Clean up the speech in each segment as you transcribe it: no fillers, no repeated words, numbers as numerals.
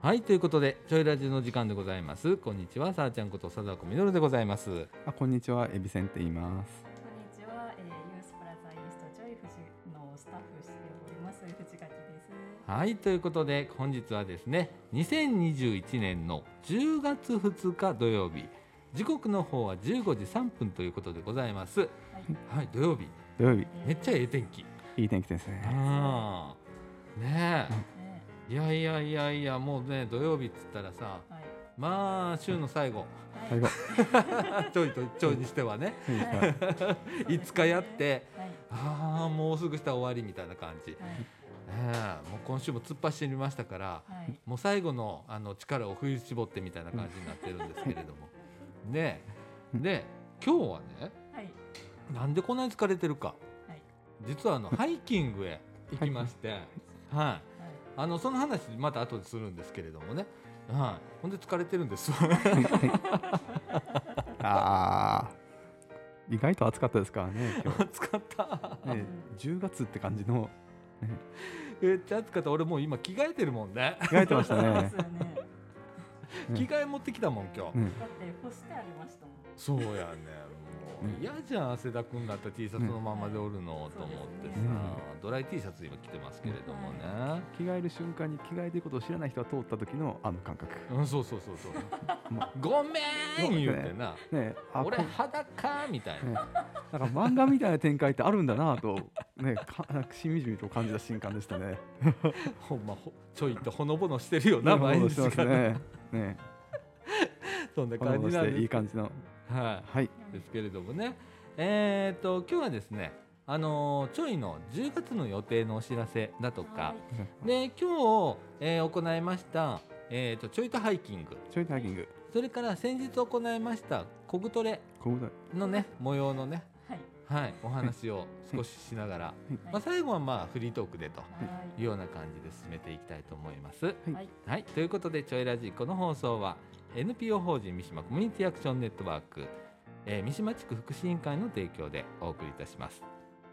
はい、ということでちょいラジの時間でございます。こんにちは、さあちゃんこと佐々子みのるでございます。 こんにちは、エビセンって言います。 こんにちは、ユースプラザイーストジョイフジのスタッフしております藤垣です。 はい、ということで本日はですね、2021年の10月2日土曜日、時刻の方は15時3分ということでございます。はい、土曜日めっちゃええ天気、 いい天気ですね。 ねえ、いやもうね、土曜日っつったらさ、まあ週の最後ちょいにしてはね5日やって、もうすぐしたら終わりみたいな感じ、もう今週も突っ走りましたから、もう最後の力を振り絞ってみたいな感じになってるんですけれどもね。で今日はね、なんでこんなに疲れてるか、実はハイキングへ行きまして、その話また後でするんですけれどもね、ほんで疲れてるんです意外と暑かったですからね。今日暑かった、 10月って感じの、 めっちゃ暑かった。俺もう今着替えてるもんね。 着替えてましたね着替え持ってきたもん今日、 だって干してありましたもん。 そうやね、もう嫌じゃん、汗だくになった T シャツのままでおるのと思ってさ、ドライ T シャツ今着てますけれどもね、 着替える瞬間に着替えてることを知らない人が通った時の感覚、 そうごめん言うてな、俺裸みたいな、 なんか漫画みたいな展開ってあるんだなとね、しみじみと感じた瞬間でしたねほんまちょいってほのぼのしてるよな、毎日がねそんな感じなんです。 いい感じのですけれどもね、今日はですね、ちょいの10月の予定のお知らせだとか、で今日、行いました、ちょいとハイキング、それから先日行いましたコグトレのね模様のね、お話を少ししながら、最後はフリートークでというような感じで進めていきたいと思います。ということでちょいラジ、この放送は NPO 法人三島コミュニティアクションネットワーク、三島地区福祉委員会の提供でお送りいたします。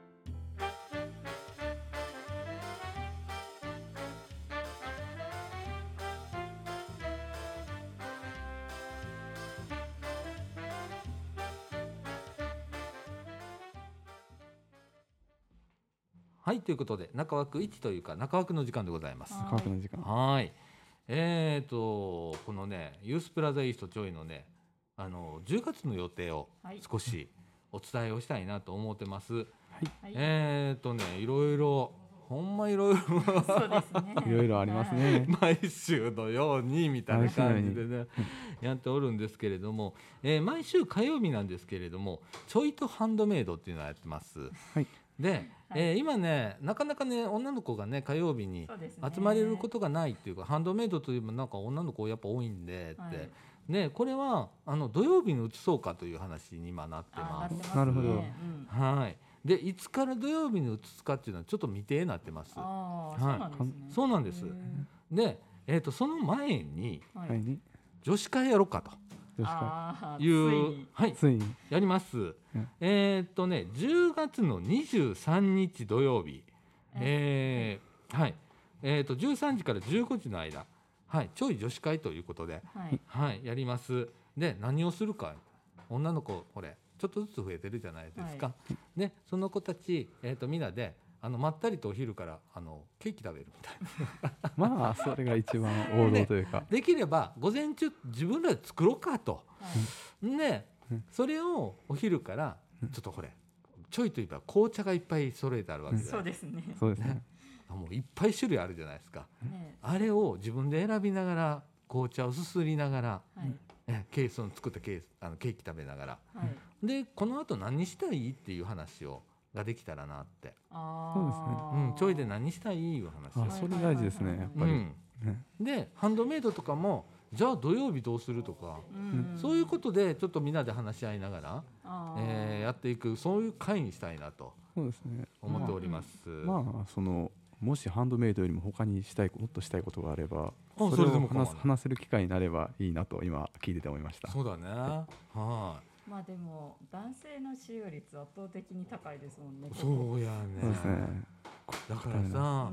はい、ということで中枠1というか中枠の時間でございます。このねユースプラザイーストちょいのね10月の予定を少しお伝えをしたいなと思ってます。いろいろほんまいろいろいろいろありますね毎週のようにみたいな感じでねやっておるんですけれども、毎週火曜日なんですけれどもちょいとハンドメイドっていうのをやってます。で、今ねなかなかね女の子がね火曜日に集まれることがないっていうか、ハンドメイドといえばなんか女の子やっぱ多いんでって、ね、これは土曜日に移そうかという話に今なってます。 なるほど、 でいつから土曜日に移すかっていうのはちょっと未定になってます。そうなんです。で、その前に女子会やろうかというついにやります。10月の23日土曜日、13時から15時の間、ちょい女子会ということで、やります。で何をするか、女の子これちょっとずつ増えてるじゃないですか、でその子たち、みんなでまったりとお昼からケーキ食べるみたいなそれが一番王道というか、 できれば午前中自分らで作ろうかと、それをお昼からちょっとこれちょいといえば紅茶がいっぱい揃えてあるわけじゃないですか。 そうですね。 もういっぱい種類あるじゃないですか、あれを自分で選びながら紅茶をすすりながら、その作ったケーキ食べながら、でこの後何したいっていう話ができたらなって。 そうですね、 ちょいで何したいいう話それ大事ですねやっぱり、 でハンドメイドとかもじゃあ土曜日どうするとか、そういうことでちょっとみんなで話し合いながら、やっていく、そういう会にしたいなと思っております。 もしハンドメイドよりも他にもっとしたいことがあれば、それを話せる機会になればいいなと今聞いてて思いました。 そうだね。 でも男性の使用率圧倒的に高いですもんね。 そうやね。 そうですね。 だからさ、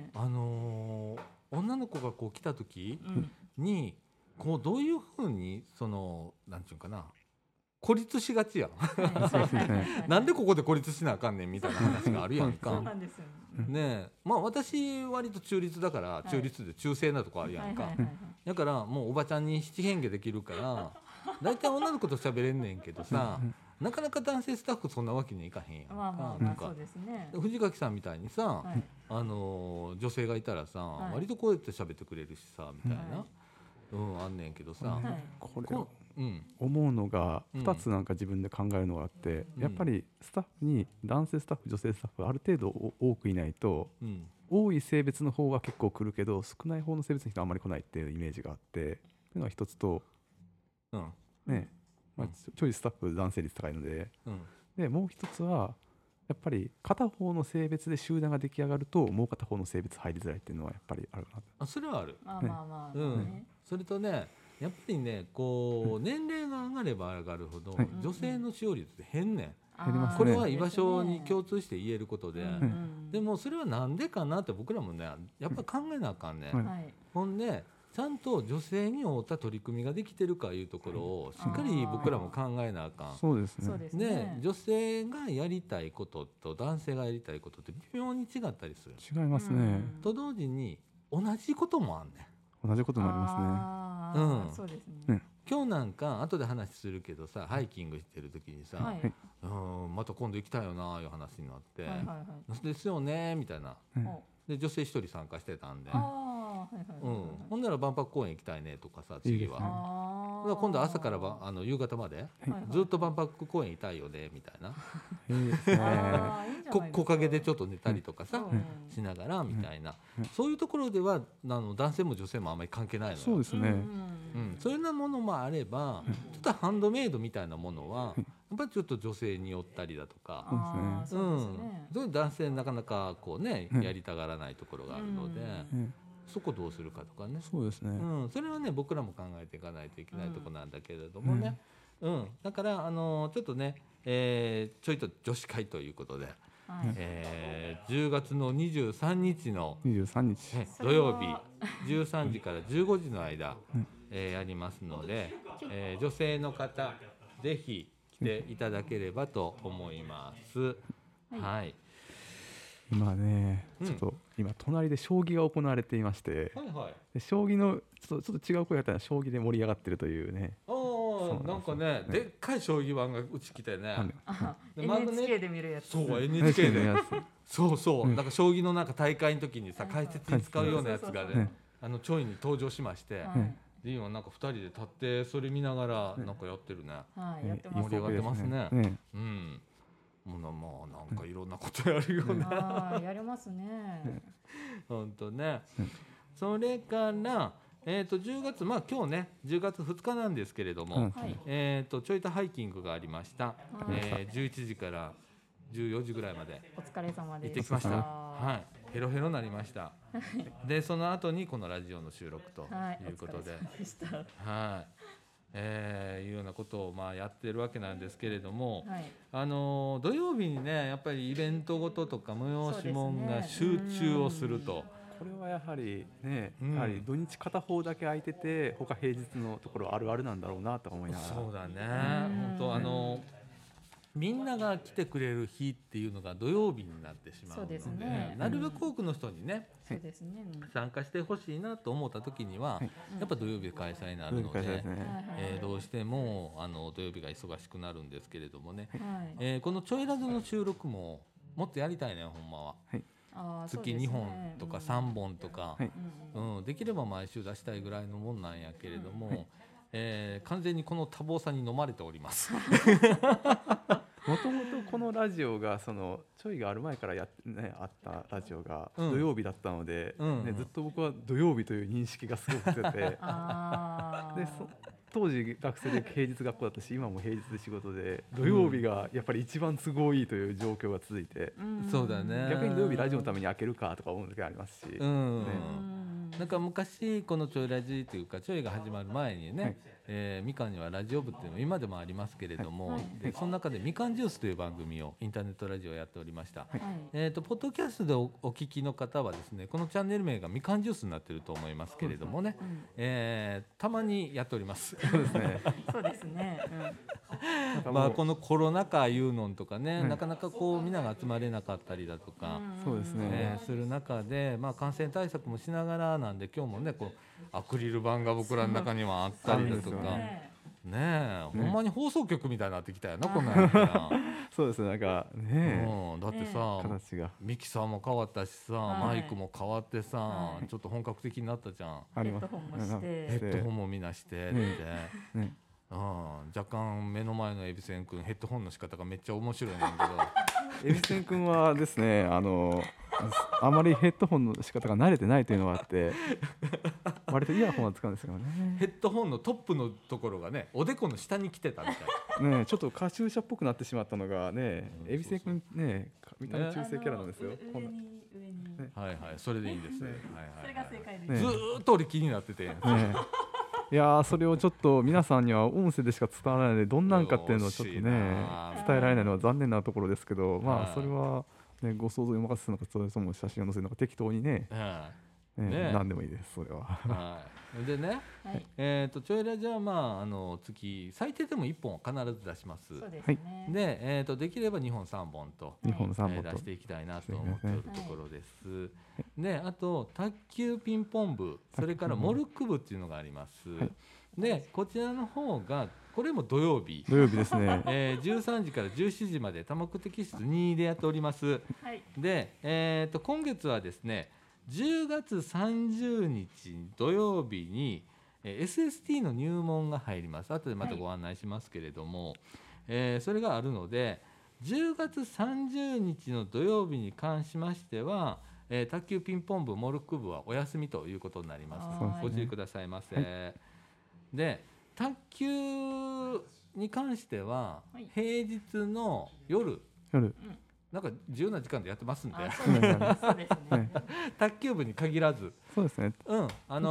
女の子がこう来た時に、こうどういうふうになんていうかな、孤立しがちやんなんでここで孤立しなあかんねんみたいな話があるやんか。そうなんですよね。まあ私割と中立だから、中立で中性なとこあるやんか。だからもうおばちゃんに七変化できるからだいたい女の子と喋れんねんけどさなかなか男性スタッフそんなわけにいかへんやんか。 そうですね。 藤垣さんみたいにさ、女性がいたらさ、割とこうやって喋ってくれるしさみたいな、あんねんけどさ、 これ思うのが2つなんか自分で考えるのがあって、やっぱりスタッフに男性スタッフ女性スタッフある程度多くいないと、多い性別の方は結構来るけど少ない方の性別の人はあんまり来ないっていうイメージがあってっていうのが一つと、ね、ちょいスタッフ男性率高いので、でもう一つはやっぱり片方の性別で集団が出来上がるともう片方の性別入りづらいっていうのはやっぱりあるかなと。 それはある。それとね、やっぱりね、こう年齢が上がれば上がるほど女性の使用率って変ねん。これは居場所に共通して言えることで、でもそれはなんでかなって僕らもねやっぱ考えなあかんね。ほんでちゃんと女性に合った取り組みができてるかいうところをしっかり僕らも考えなあかん。 そうですね。女性がやりたいことと男性がやりたいことって微妙に違ったりする。 違いますね。 と同時に同じこともあんねん。 同じこともありますね。 そうですね。 今日なんか後で話するけどさ、ハイキングしてる時にさ、また今度行きたいよないう話になって、そうですよねみたいな。で女性一人参加してたんで、ほんなら万博公園行きたいねとかさ、次は今度朝から夕方までずっと万博公園いたいよねみたいな、木陰でちょっと寝たりとかさしながらみたいな、そういうところでは男性も女性もあまり関係ないのよ。 そうですね。 そういうようなものもあれば、ちょっとハンドメイドみたいなものはやっぱりちょっと女性によったりだとか、そういう男性なかなかこうねやりたがらないところがあるので、そこどうするかとかね。 そうですね。 それはね僕らも考えていかないといけないところなんだけれどもね。だからちょっとね、ちょいと女子会ということで、10月の23日の土曜日13時から15時の間、やりますので、女性の方ぜひ来ていただければと思います。はい。 今ね、ちょっと今隣で将棋が行われていまして、で将棋のちょっと違う声があったら将棋で盛り上がってるというね。 なんかね、でっかい将棋盤がうち来てね。 NHK で見るやつ。 そう NHK で。そうなんか将棋のなんか大会の時にさ解説に使うようなやつがね、ちょいに登場しまして、で今なんか2人で立ってそれ見ながらなんかやってるね。盛り上がってますね。もうなんかいろんなことやるよね。 やりますね。 本当ね。それから10月今日ね10月2日なんですけれども、ちょいとハイキングがありました。11時から14時ぐらいまでお疲れ様です。 行ってきました。ヘロヘロになりました。でその後にこのラジオの収録ということで、いうようなことをやってるわけなんですけれども、土曜日にねやっぱりイベントごととか催し物が集中をすると。 これはやはりね、やはり土日片方だけ空いてて他平日のところあるあるなんだろうなと思いながら。 そうだね。本当みんなが来てくれる日っていうのが土曜日になってしまうので、なるべく多くの人にね参加してほしいなと思った時にはやっぱ土曜日で開催になるので、どうしても土曜日が忙しくなるんですけれどもね、このちょいラジの収録ももっとやりたいねほんまは。月2本とか3本とか、できれば毎週出したいぐらいのもんなんやけれども、完全にこの多忙さに飲まれております。 もともとこのラジオがそのちょいがある前からあったラジオが土曜日だったので、ずっと僕は土曜日という認識がすごく強くてで当時学生で平日学校だったし今も平日で仕事で土曜日がやっぱり一番都合いいという状況が続いて、 そうだね。 逆に土曜日ラジオのために開けるかとか思う時がありますし、 なんか昔このちょいラジというかちょいが始まる前にね、 みかんにはラジオ部っていうのも今でもありますけれども、でその中でみかんジュースという番組をインターネットラジオをやっておりました。ポッドキャストでお聞きの方はですね、このチャンネル名がみかんジュースになっていると思いますけれどもね、たまにやっております。 そうですね。 そうですね。 まあこのコロナ禍いうのんとかね、なかなかこうみんなが集まれなかったりだとか、 そうですね。 する中で、まあ感染対策もしながらなんで、今日もねこうアクリル板が僕らの中にはあったりだとか。ねえ、ほんまに放送局みたいになってきたよな、こんなんやったら。 そうですね、なんかね、 だってさ、 形がミキサーも変わったしさ、マイクも変わってさ、ちょっと本格的になったじゃん。 あります。 ヘッドホンもみんなしてって、若干目の前のエビセン君ヘッドホンの仕方がめっちゃ面白いねんけど、 エビセン君はですね、あまりヘッドホンの仕方が慣れてないというのがあって割とイヤホンは使うんですよね。 ヘッドホンのトップのところがね、おでこの下に来てたみたいね、ちょっとカチューシャっぽくなってしまったのがね、エビセン君ね、見た目中性キャラなんですよ。 上にはいはい、それでいいんですね。 それが正解です。 ずーっと俺気になってて、 いやそれをちょっと皆さんには音声でしか伝わらないので、どんなんかっていうのをちょっとね伝えられないのは残念なところですけど、まあそれはね、ご想像にお任せするのか、それとも写真を載せるのか適当にね、何でもいいです、それは。 でね、ちょいラジはまあ月最低でも1本は必ず出します。で、できれば2本3本と出していきたいなと思っているところです。で、あと卓球ピンポン部、それからモルック部っていうのがあります。で、こちらの方がこれも土曜日ですね。 13時から17時まで多目的室2でやっております。で、今月はですね、10月30日土曜日に SST の入門が入ります。後でまたご案内しますけれども、それがあるので、10月30日の土曜日に関しましては、卓球ピンポン部モルック部はお休みということになります。ご注意くださいませ。で、卓球に関しては平日の夜なんか自由な時間でやってますんで、卓球部に限らず、 そうですね。 昨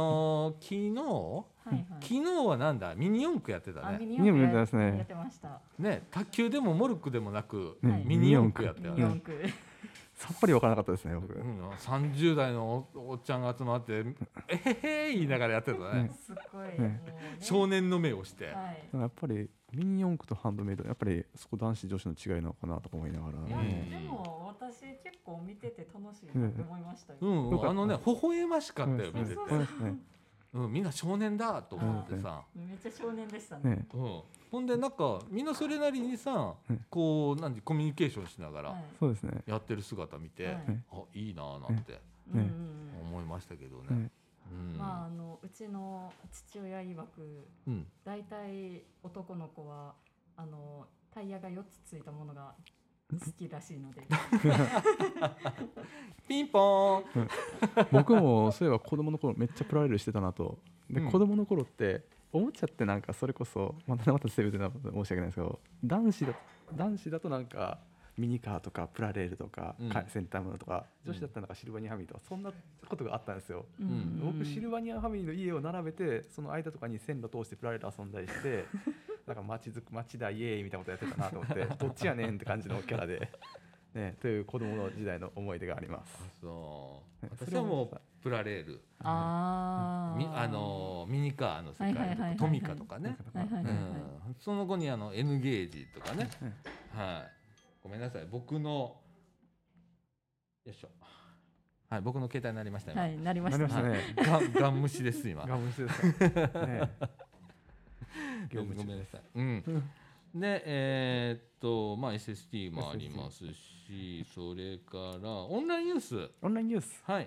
日はなんだ、ミニ四駆やってたね。 ミニ四駆やってますね。 やってました。 ね、卓球でもモルックでもなくミニ四駆やったよね。 さっぱり分からなかったですね、僕。 30代のおっちゃんが集まってえへへ言いながらやってたね。 すごい少年の目をして。 やっぱりミニ四駆とハンドメイド、やっぱりそこ男子女子の違いなのかなと思いながら。 でも私結構見てて楽しいなと思いましたよ。 微笑ましかったよ見てて。みんな少年だと思ってさ。 めっちゃ少年でしたね。 ほんでなんかみんなそれなりにさ、こうコミュニケーションしながらやってる姿見て、あ、いいなーなんて思いましたけどね。 まあうちの父親曰く、だいたい男の子はタイヤが4つついたものが好きらしいので。 ピンポーン。 僕もそういえば子供の頃めっちゃプラレールしてたなと。で、子供の頃っておもちゃってなんかそれこそまたセーブで申し訳ないですけど、男子だとなんかミニカーとかプラレールとか、センタームーンとか、女子だったらなんかシルバニアファミリーとかそんなことがあったんですよ。僕シルバニアファミリーの家を並べて、その間とかに線路通してプラレール遊んだりして、なんか街だイエーイみたいなことやってたなと思って、どっちやねんって感じのキャラで。ね、という子供の時代の思い出があります。 私はもうプラレール、ミニカーの世界とかトミカとかね、その後にNゲージとかね、ごめんなさい、僕のよいしょ、僕の携帯になりましたね。 なりましたね。 ガン無視です今。 ガン無視です。 ごめんなさい。で、まあ SST もありますし、それからオンラインニュース。はい。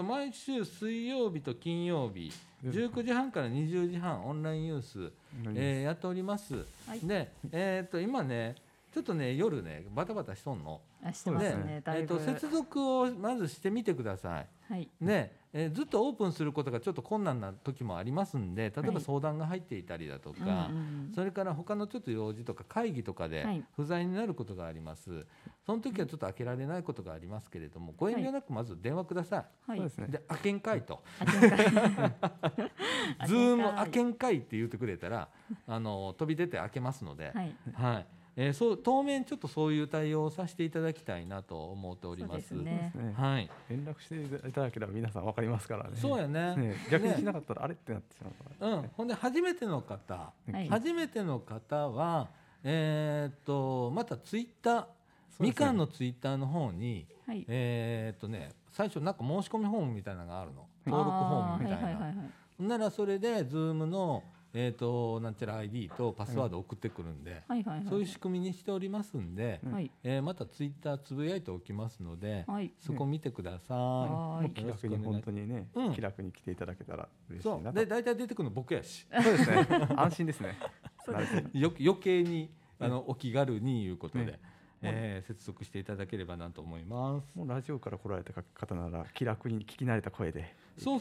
毎週水曜日と金曜日、19時半から20時半オンラインニュース、やっております。で、今ね、 ちょっとね夜ねバタバタしとんの。 してますね。 接続をまずしてみてください。 はい。 ね、ずっとオープンすることがちょっと困難な時もありますんで、例えば相談が入っていたりだとか、それから他のちょっと用事とか会議とかで不在になることがあります。その時はちょっと開けられないことがありますけれども、ご遠慮なくまず電話ください。 はい。 で開けんかいと。ズーム開けんかいって言ってくれたら飛び出て開けますので、はい。当面ちょっとそういう対応をさせていただきたいなと思っております。はい。 連絡していただければ皆さんわかりますからね。 そうやね。 逆にしなかったらあれってなってしまうから。 ほんで初めての方はまたツイッター、みかんのツイッターの方に最初なんか申し込みフォームみたいなのがあるの。登録フォームみたいな。ならそれでズームのなんちゃら ID とパスワードを送ってくるんで、そういう仕組みにしておりますんで、またツイッターつぶやいておきますので、そこ見てください。 気楽に本当にね、気楽に来ていただけたら嬉しいなと。 で大体出てくるの僕やし、 そうですね。安心ですね。 余計にお気軽にいうことで。接続していただければなと思います。 もうラジオから来られた方なら気楽に聞き慣れた声で。 そう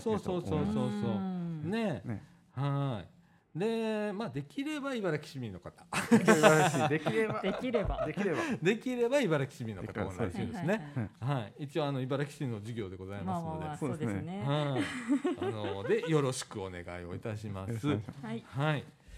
ね。はい。で、できれば茨城市民の方。 できれば茨城市民の方もらしいですね。はい。一応茨城市の授業でございますので。 そうですね。 でよろしくお願いをいたします。はい。あ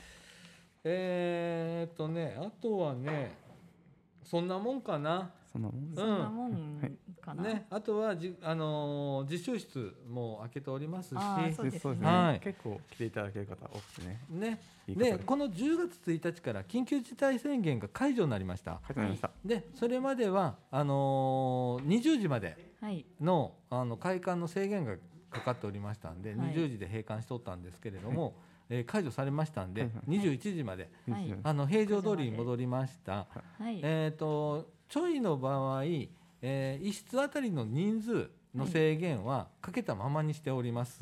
とはね、そんなもんかな。 そんなもんかな。 ね、あとは自習室も開けておりますし、 結構来ていただける方多くてね。 でこの10月1日から緊急事態宣言が解除になりました。でそれまでは20時までの開館の制限がかかっておりましたんで、20時で閉館しとったんですけれども、解除されましたんで21時まで平常通りに戻りました。ちょいの場合、一室あたりの人数の制限はかけたままにしております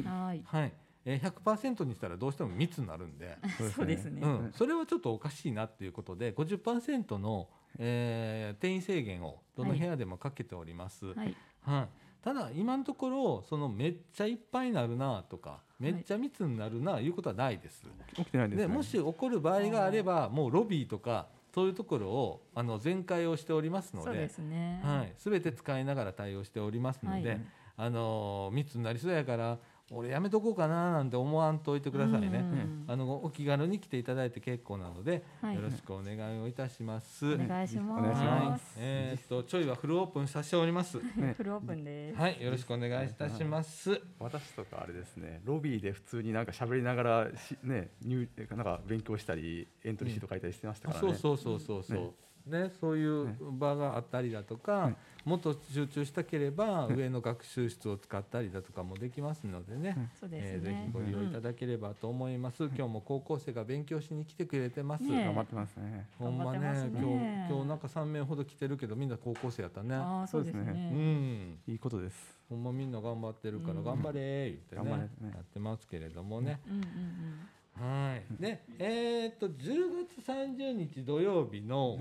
。100% にしたらどうしても密になるんで、 そうですね。 それはちょっとおかしいなっていうことで 50% の、定員制限をどの部屋でもかけております。ただ今のところめっちゃいっぱいになるなとかめっちゃ密になるないうことはないです。 起きてないですね。 もし起こる場合があればもうロビーとかそういうところを全開をしておりますので、全て使いながら対応しておりますので、密になりそうやから俺やめとこうかななんて思わんといてくださいね。お気軽に来ていただいて結構なので、よろしくお願いをいたします。 お願いします。 ちょいはフルオープンさせております。 フルオープンです。 はい、よろしくお願いいたします。 私とかあれですね、ロビーで普通になんか喋りながらね、なんか勉強したりエントリーシート書いたりしてましたからね。 そうね、そういう場があったりだとか、もっと集中したければ上の学習室を使ったりだとかもできますのでね、ぜひご利用いただければと思います。今日も高校生が勉強しに来てくれてます。 頑張ってますね。 ほんまね、今日なんか3名ほど来てるけどみんな高校生やったね。 そうですね。 いいことです。 ほんまみんな頑張ってるから頑張れ言ってねやってますけれどもね。はい。で10月30日土曜日の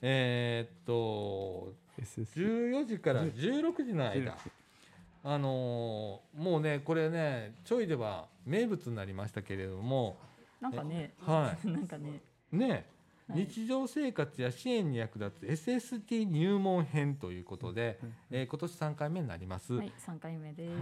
14時から16時の間、もうねこれねちょいでは名物になりましたけれども、 なんかね、 日常生活や支援に役立つ SST 入門編ということで、今年3回目になります。 はい、3回目です。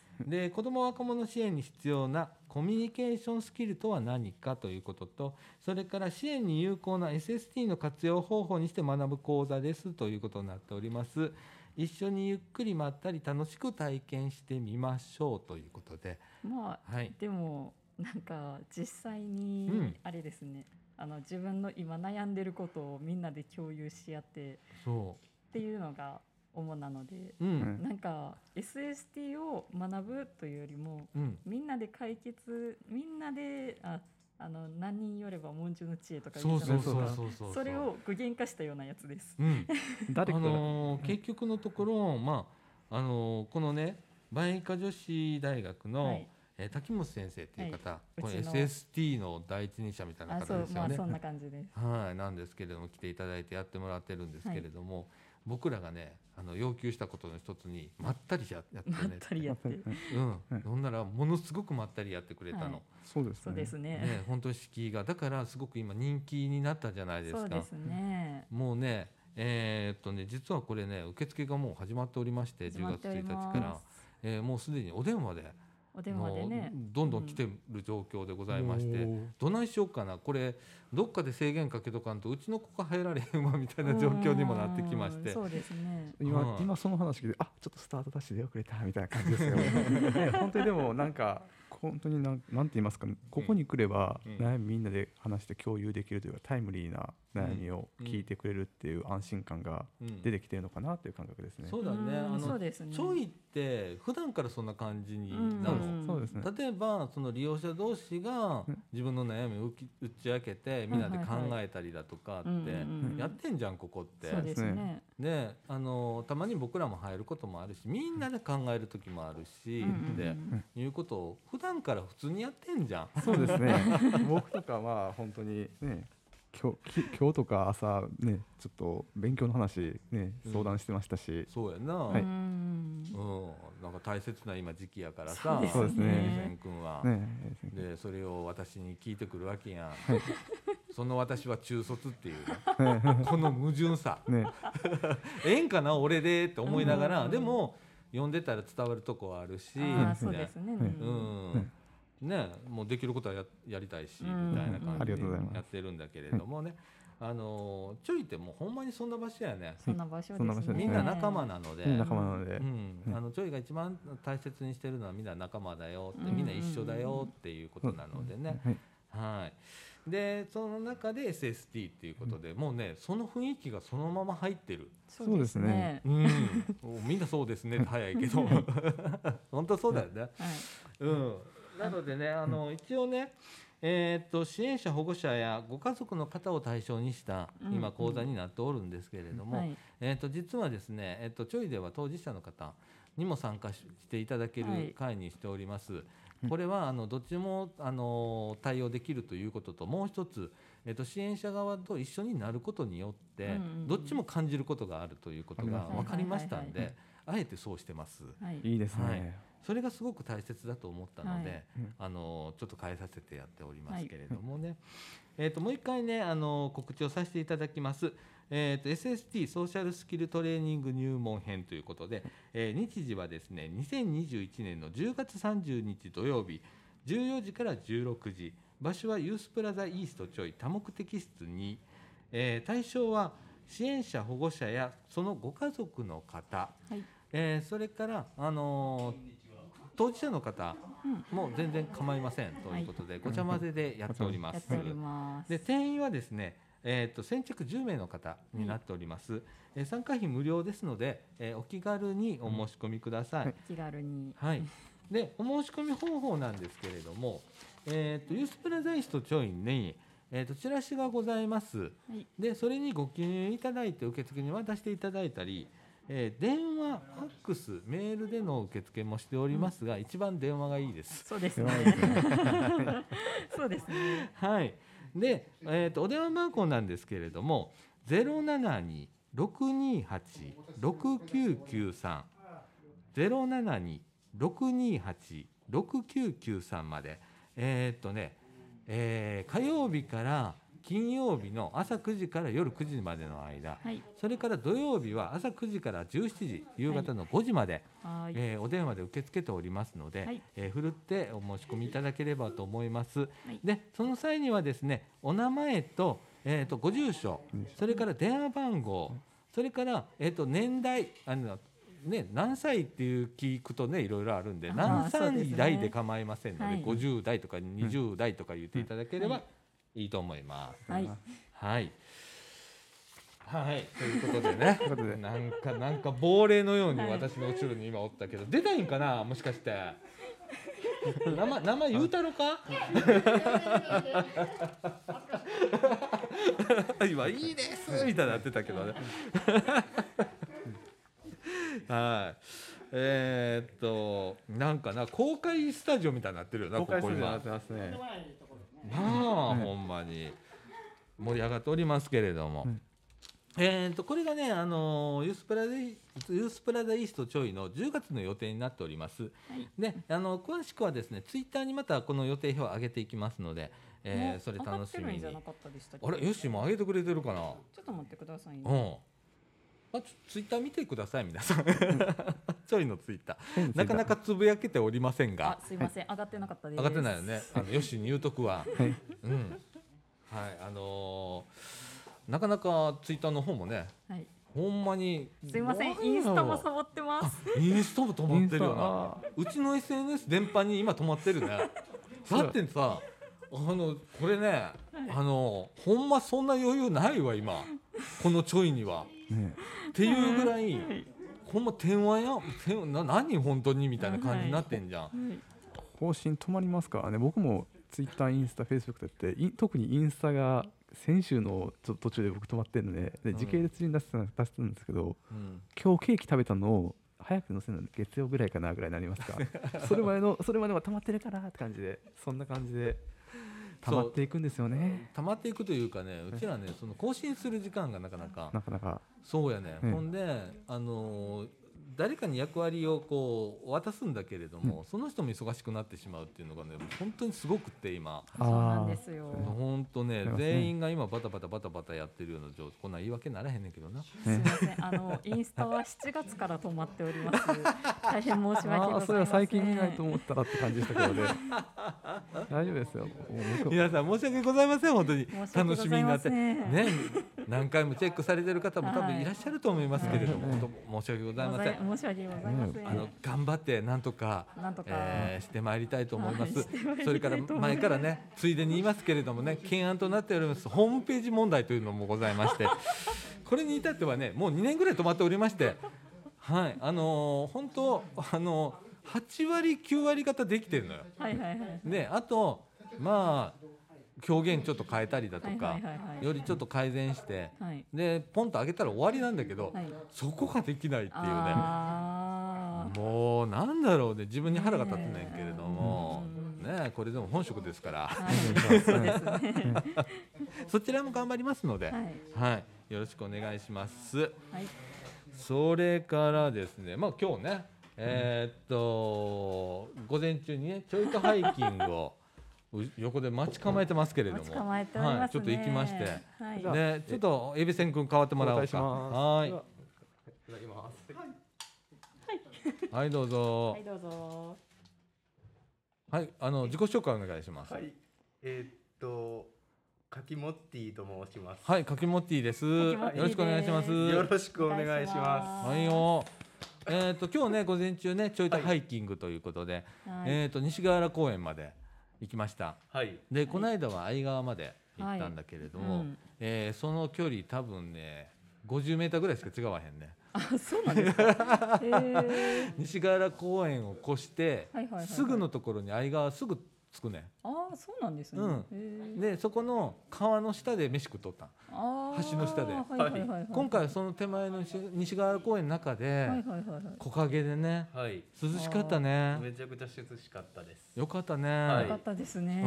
で子ども若者支援に必要なコミュニケーションスキルとは何かということと、それから支援に有効な SST の活用方法にして学ぶ講座ですということになっております。一緒にゆっくりまったり楽しく体験してみましょうということで、 でもなんか実際にあれですね、自分の今悩んでることをみんなで共有し合ってっていうのが主なので、なんか SST を学ぶというよりも、みんなで解決、みんなで何人よれば文殊の知恵とか言うじゃないですか。それを具現化したようなやつです。 結局のところ、このね万医科女子大学の、 滝本先生っていう方、これ SST の第一人者みたいな方ですよね。 そんな感じです。 はい、なんですけれども、来ていただいてやってもらってるんですけれども、僕らがね要求したことの一つにまったりやってね、 まったりやって、 ほんならものすごくまったりやってくれたの。 そうですね。本当に敷居がだからすごく今人気になったじゃないですか。 そうですね。 もうね実はこれね受付がもう始まっておりまして、10月1日から、もうすでにお電話でねどんどん来てる状況でございまして、どないしようかな、これどっかで制限かけとかんとうちの子が入られへんわみたいな状況にもなってきまして、 そうですね。 今その話聞いて、ちょっとスタートダッシュで遅れたみたいな感じですよね。本当にでもなんか本当になんて言いますか、ここに来れば悩みみんなで話して共有できるというか、タイムリーな悩みを聞いてくれるっていう安心感が出てきてるのかなという感覚ですね。 そうだね。ちょいって普段からそんな感じになるの。例えばその利用者同士が自分の悩みを打ち明けてみんなで考えたりだとかってやってんじゃん、ここって。 そうですね。 でたまに僕らも入ることもあるし、みんなで考える時もあるしっていうことを普段から普通にやってんじゃん。 そうですね。僕とかは本当にね、今日とか朝ねちょっと勉強の話ね相談してましたし、 そうやな、 はい、 なんか大切な今時期やからさ、 そうですね、 千君は、でそれを私に聞いてくるわけやん。その私は中卒っていうこの矛盾さ、ええんかな俺でって思いながら、でも読んでたら伝わるとこはあるし、 そうですね。 ね、もうできることは やりたいし、みたいな感じでやってるんだけれどもね、ちょいってもうほんまにそんな場所やね。 そんな場所ですね。 みんな仲間なので、ちょいが一番大切にしてるのはみんな仲間だよって、みんな一緒だよっていうことなのでね。はい。でその中で SST っていうことで、もうねその雰囲気がそのまま入ってる。 そうですね。 みんなそうですねって早いけど本当そうだよね。なのでね、一応ね、支援者保護者やご家族の方を対象にした今講座になっておるんですけれども、実はですね、ちょいでは当事者の方にも参加していただける会にしております。これはどっちも対応できるということと、もう一つ、支援者側と一緒になることによってどっちも感じることがあるということが分かりましたんで、あえてそうしてます。 いいですね。 それがすごく大切だと思ったので、ちょっと変えさせてやっておりますけれどもね、もう一回ね告知をさせていただきます。SST ソーシャルスキルトレーニング入門編ということで、日時はですね2021年の10月30日土曜日14時から16時、場所はユースプラザイーストちょい多目的室に、対象は支援者保護者やそのご家族の方、それから当事者の方も全然構いませんということで、ごちゃ混ぜでやっております。で定員はですね先着10名の方になっております。参加費無料ですので、お気軽にお申し込みください。 気軽に。 でお申し込み方法なんですけれども、ユースプラザイストちょいにチラシがございます。でそれにご記入いただいて受付に渡していただいたり、電話、ファックス、メールでの受付もしておりますが、一番電話がいいです。 そうですね。そうですね。 はい。で、お電話番号なんですけれども、072-628-6993 072-628-6993まで、火曜日から金曜日の朝9時から夜9時までの間、それから土曜日は朝9時から17時夕方の5時まで、お電話で受け付けておりますので、ふるってお申し込みいただければと思います。でその際にはですねお名前と、ご住所、それから電話番号、それから、年代何歳っていう聞くとねいろいろあるんで、何歳代で構いませんので、50代とか20代とか言っていただければいいと思います。ということでねなんか亡霊のように私の後ろに今おったけど、出たいんかな、もしかして名前言うたろか今いいですみたいになってたけどねなんかな公開スタジオみたいになってるよな、ここ今。なってますね。ほんまに盛り上がっておりますけれども、これがねユースプラザイーストちょいの10月の予定になっております。で詳しくはですねツイッターにまたこの予定表を上げていきますので、それ楽しみに。あれよしもう上げてくれてるかな。 ちょっと待ってくださいね。 ツイッター見てください皆さんちょいのツイッターなかなかつぶやけておりませんが、 すいません、上がってなかったです。 上がってないよね。よしに言うとくわ。なかなかツイッターの方もね、ほんまにすいません、インスタもサボってます。 インスタも止まってるよな。うちの SNS 電波に今止まってるね。だってさこれね、ほんまそんな余裕ないわ今このちょいには、っていうぐらい、ほんま電話や何本当にみたいな感じになってんじゃん。 更新止まりますからね。僕もツイッターインスタフェイスブックだって特にインスタが先週のちょっと途中で僕止まってるので、時系列に出してたんですけど、今日ケーキ食べたのを早く載せるの月曜ぐらいかなぐらいになりますかそれまでは溜まってるからって感じで、そんな感じで溜まっていくんですよね。 溜まっていくというかね、うちらねその更新する時間がなかなかそうやね、ほんで誰かに役割をこう渡すんだけれども、その人も忙しくなってしまうっていうのがね本当にすごくって今。 そうなんですよ。 本当ね全員が今バタバタやってるような状況、こんな言い訳ならへんねんけどな。 すみません、インスタは7月から止まっております。大変申し訳ございません。 それは最近見ないと思ったらって感じでしたけどね。大丈夫ですよ。 皆さん申し訳ございません。本当に楽しみになってね、何回もチェックされてる方も多分いらっしゃると思いますけれども、申し訳ございません。 申し訳ございません。 頑張ってなんとかしてまいりたいと思います。それから前からねついでに言いますけれどもね、懸案となっておりますホームページ問題というのもございまして、これに至ってはねもう2年ぐらい止まっておりまして、はい本当8割9割方できてるのよ。であとまあ表現ちょっと変えたりだとか、よりちょっと改善して、でポンと上げたら終わりなんだけど、そこができないっていうね、もうなんだろうね、自分に腹が立ってないけれどもね、これでも本職ですから、そちらも頑張りますので、よろしくお願いします。それからですね、まあ今日ね午前中にねちょいとハイキングを横で待ち構えてますけれども、ちょっと行きまして、でちょっとエビセン君変わってもらおうか。はい。はいどうぞ。 はいどうぞ。 はい、自己紹介お願いします。 はい。柿モッティと申します。 はい、柿モッティです。よろしくお願いします。 よろしくお願いします。 はいよ。今日ね午前中ねちょいとハイキングということで、西河原公園まで行きました。でこの間は相川まで行ったんだけれども、その距離多分ね50メーターぐらいしか違わへんね。 そうなんですか。 西河原公園を越してすぐのところに相川すぐ着くね。 そうなんですね。 でそこの川の下で飯食っとった。橋の下で。今回はその手前の西河原公園の中で木陰でね、涼しかったね。 めちゃくちゃ涼しかったです。 よかったね。 よかったですね。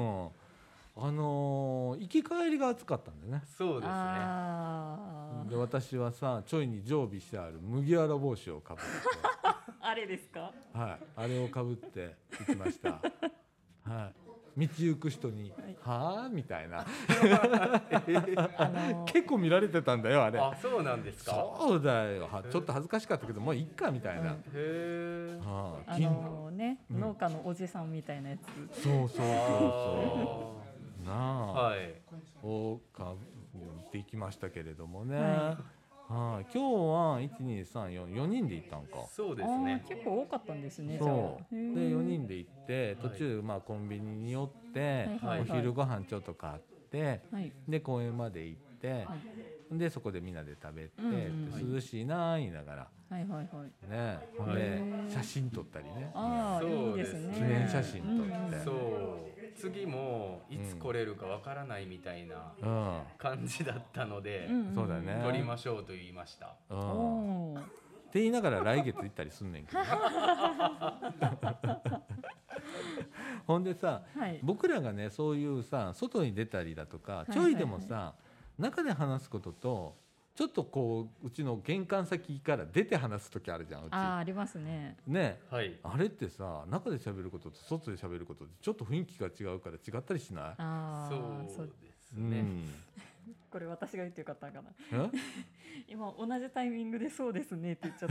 行き帰りが暑かったんでね。 そうですね。 で私はさちょいに常備してある麦わら帽子をかぶってあれですか。 はい、あれをかぶって行きました。はい、道行く人にはあみたいな結構見られてたんだよあれ。 そうなんですか。 そうだよ、ちょっと恥ずかしかったけどもういっかみたいな。 ね、農家のおじさんみたいなやつ。 なあ、をかぶっていきましたけれどもね。今日は1,2,3,4人で行ったんか。 そうですね。 結構多かったんですね。 そうで4人で行って途中コンビニに寄ってお昼ご飯ちょっと買って、で公園まで行って、でそこでみんなで食べて、涼しいな言いながらね、で写真撮ったりね。 そうですね。 記念写真撮って。 そう。次もいつ来れるかわからないみたいな感じだったので、 そうだね。 撮りましょうと言いました。っって言いながら来月行ったりすんねんけどほんでさ、はい、僕らがねそういうさ外に出たりだとかちょいでもさ、中で話すこととちょっとこううちの玄関先から出て話す時あるじゃん。うちありますね。 ね、はい、あれってさ中で喋ることと外で喋ることってちょっと雰囲気が違うから違ったりしない？ そうですね、 これ私が言ってよかったかな今同じタイミングでそうですねって言っちゃ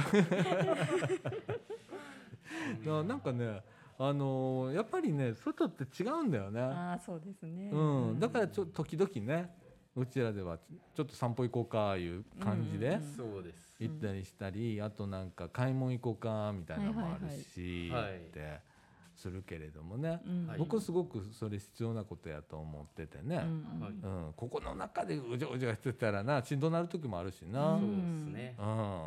ったなんかねやっぱりね外って違うんだよね。 そうですね、 だから時々ねうちらではちょっと散歩行こうかいう感じで行ったりしたり、あとなんか買い物行こうかみたいなのもあるしってするけれどもね、僕すごくそれ必要なことやと思っててね、ここの中でうじゃうじゃしてたらなしんどなる時もあるしな。 そうですね。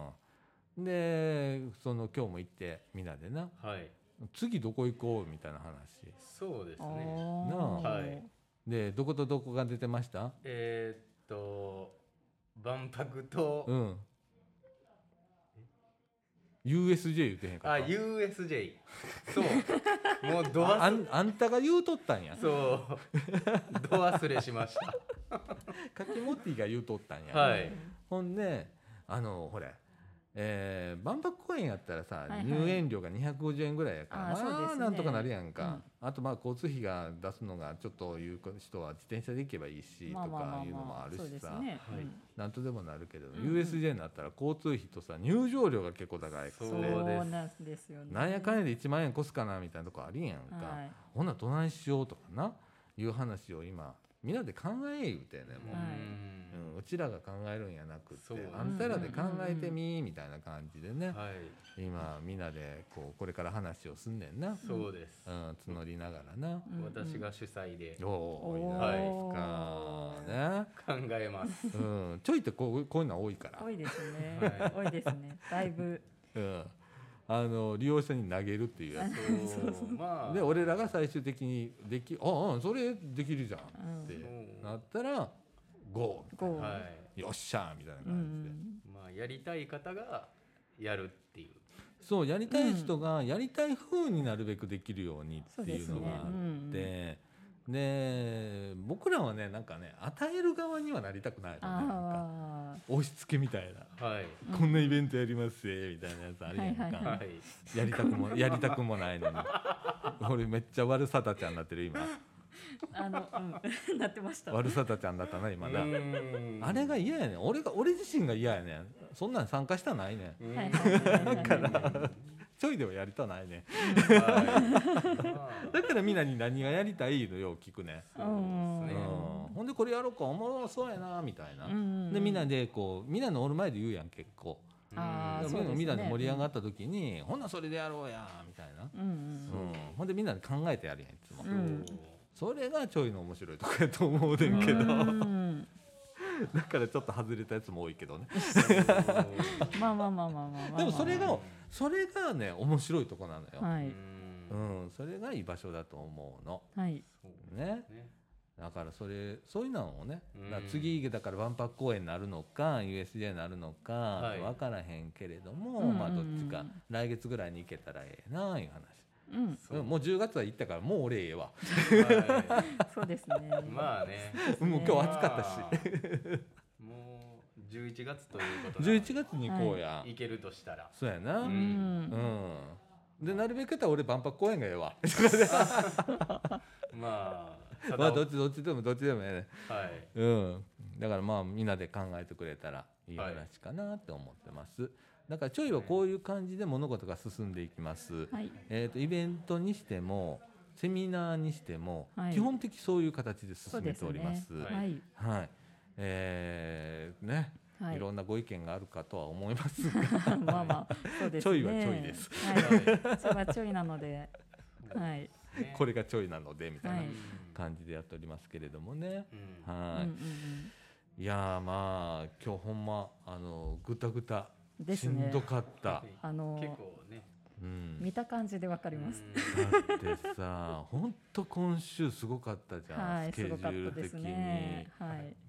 で今日も行ってみんなでな、次どこ行こうみたいな話。 そうですね。 はい。でどことどこが出てました？ 万博と、 USJ 言ってへんかった。 USJ そうもうあんたが言うとったんや。 そうど忘れしました柿モッティが言うとったんや。 はい。 ほんでほれ万博公園やったらさ、入園料が250円ぐらいやからなんとかなるやんか、あと交通費が出すのがちょっという人は自転車で行けばいいしとかいうのもあるしさ、なんとでもなるけど、USJ になったら交通費とさ入場料が結構高いくて、なんやかんやで1万円越すかなみたいなとこありやんか、ほんならどないしようとかないう話を今みんなで考え言うてねもう、うちらが考えるんやなくってあんたらで考えてみみたいな感じでね、今みんなでこれから話をすんねんな。 そうです、 募りながらな、 私が主催で、 おーいいですかね、 考えます、 ちょいってこういうのは多いから多いですね、多いですねだいぶ、 利用者に投げるっていうやつで俺らが最終的にそれできるじゃんってなったらゴー、よっしゃみたいな感じで、 やりたい方がやるっていう、 そうやりたい人がやりたい風になるべくできるようにっていうのがあって、で僕らはねなんかね与える側にはなりたくないのね、なんか押し付けみたいな、こんなイベントやりますみたいなやつあるやんか、やりたくもないのに俺めっちゃ悪さたちゃんになってる今なってました。 悪さたちゃんだったな今な。あれが嫌やねん。俺自身が嫌やねん。そんなん参加したないねん。だからちょいではやりたないねん。だからみんなに何がやりたいのよ聞くね。ほんでこれやろうかおもろそうやなみたいな。でみんなでみんなのおる前で言うやん結構。みんなで盛り上がった時にほんなそれでやろうやみたいな。ほんでみんなで考えてやるやんいつも。それがちょいの面白いとこやと思うねんけどだからちょっと外れたやつも多いけどねまあでもそれがね面白いとこなのよ、それがいい場所だと思うの、ね、だからそういうのをね、次だから万博公園になるのか USJ になるのか分からへんけれども、どっちか来月ぐらいに行けたらええないう話。もう10月は行ったからもう俺ええわそうですねまあねもう今日暑かったしもう11月ということで11月に行こうや、 行けるとしたらそうやな、でなるべく言ったら俺万博公園がええわまあどっちでもええね、だからみんなで考えてくれたらいい話かなって思ってます、だからちょいはこういう感じで物事が進んでいきます、イベントにしてもセミナーにしても、基本的そういう形で進めております。いろんなご意見があるかとは思いますがそうですね、 ちょいはちょいです、 それはちょいなので、 これがちょいなのでみたいな感じでやっておりますけれどもね、いや今日ほんまぐたぐたしんどかった、 結構ね、 見た感じでわかります。 だってさ本当今週すごかったじゃん、スケジュール的に、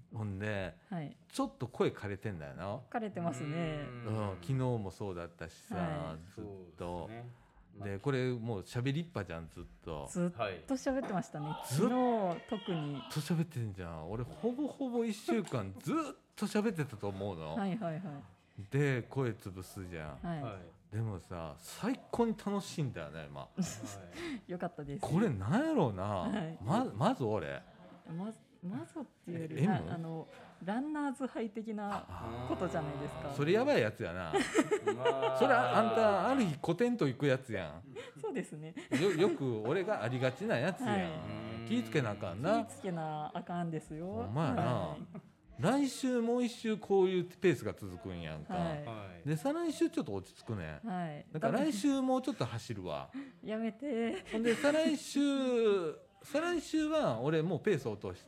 ほんで、ちょっと声枯れてんだよな。 枯れてますね。 昨日もそうだったしさ、ずっと。でこれもう喋りっぱじゃん、ずっと喋ってましたね。昨日特にずっと喋ってんじゃん。俺ほぼ1週間ずっと喋ってたと思うの。で声潰すじゃん、でもさ最高に楽しいんだよね今。 よかったです。 これなんやろうな、まず俺まずっていうよりランナーズハイ的なことじゃないですか。 それやばいやつやな。それあんたある日古典と行くやつやん。 そうですね。 よく俺がありがちなやつやん。気ぃつけなあかんな。 気ぃつけなあかんですよ。 ほんまやな。来週もう一週こういうペースが続くんやんか。で再来週ちょっと落ち着くね。だから来週もうちょっと走るわ。 やめて。 ほんで再来週は俺もうペース落として、